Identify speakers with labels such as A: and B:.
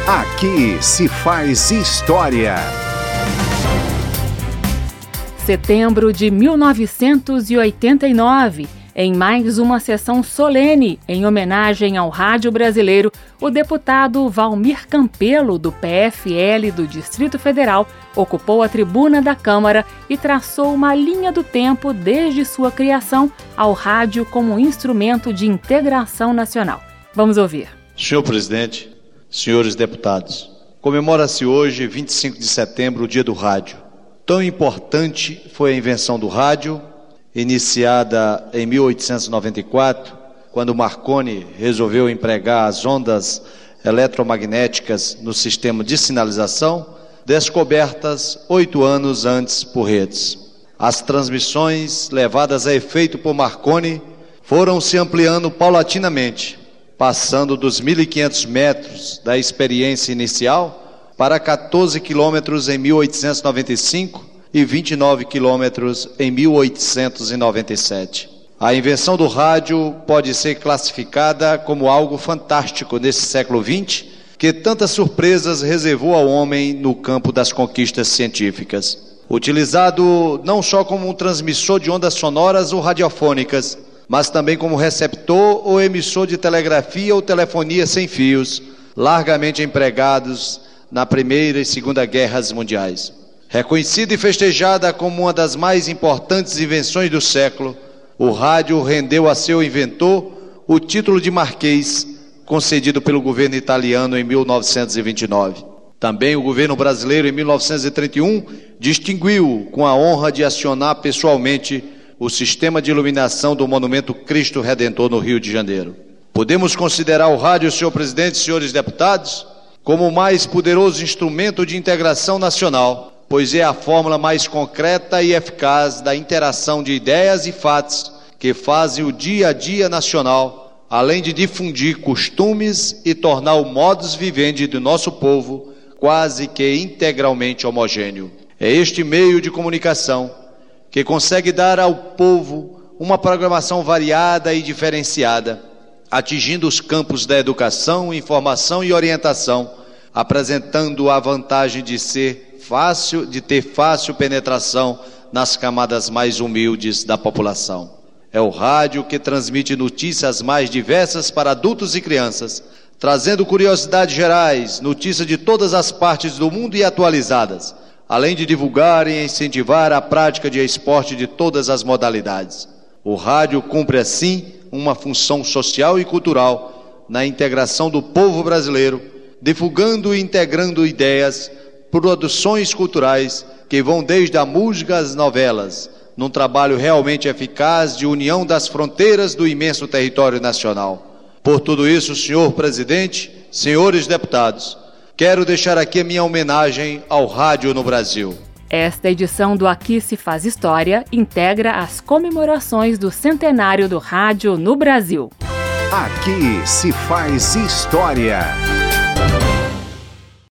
A: Aqui se faz história.
B: Setembro de 1989, em mais uma sessão solene em homenagem ao rádio brasileiro, o deputado Valmir Campelo, do PFL do Distrito Federal, ocupou a tribuna da Câmara e traçou uma linha do tempo desde sua criação ao rádio como instrumento de integração nacional. Vamos ouvir.
C: Senhor presidente, senhores deputados, comemora-se hoje, 25 de setembro, o Dia do Rádio. Tão importante foi a invenção do rádio, iniciada em 1894, quando Marconi resolveu empregar as ondas eletromagnéticas no sistema de sinalização, descobertas 8 anos antes por Hertz. As transmissões levadas a efeito por Marconi foram se ampliando paulatinamente, passando dos 1.500 metros da experiência inicial para 14 quilômetros em 1895 e 29 quilômetros em 1897. A invenção do rádio pode ser classificada como algo fantástico nesse século XX, que tantas surpresas reservou ao homem no campo das conquistas científicas. Utilizado não só como um transmissor de ondas sonoras ou radiofônicas, mas também como receptor ou emissor de telegrafia ou telefonia sem fios, largamente empregados na Primeira e Segunda Guerras Mundiais. Reconhecida e festejada como uma das mais importantes invenções do século, o rádio rendeu a seu inventor o título de Marquês, concedido pelo governo italiano em 1929. Também o governo brasileiro, em 1931, distinguiu com a honra de acionar pessoalmente o sistema de iluminação do Monumento Cristo Redentor no Rio de Janeiro. Podemos considerar o rádio, senhor presidente e senhores deputados, como o mais poderoso instrumento de integração nacional, pois é a fórmula mais concreta e eficaz da interação de ideias e fatos que fazem o dia a dia nacional, além de difundir costumes e tornar o modus vivendi do nosso povo quase que integralmente homogêneo. É este meio de comunicação que consegue dar ao povo uma programação variada e diferenciada, atingindo os campos da educação, informação e orientação, apresentando a vantagem de ter fácil penetração nas camadas mais humildes da população. É o rádio que transmite notícias mais diversas para adultos e crianças, trazendo curiosidades gerais, notícias de todas as partes do mundo e atualizadas, além de divulgar e incentivar a prática de esporte de todas as modalidades. O rádio cumpre, assim, uma função social e cultural na integração do povo brasileiro, divulgando e integrando ideias, produções culturais que vão desde a música às novelas, num trabalho realmente eficaz de união das fronteiras do imenso território nacional. Por tudo isso, senhor presidente, senhores deputados, quero deixar aqui a minha homenagem ao rádio no Brasil.
B: Esta edição do Aqui se faz História integra as comemorações do centenário do rádio no Brasil.
A: Aqui se faz história.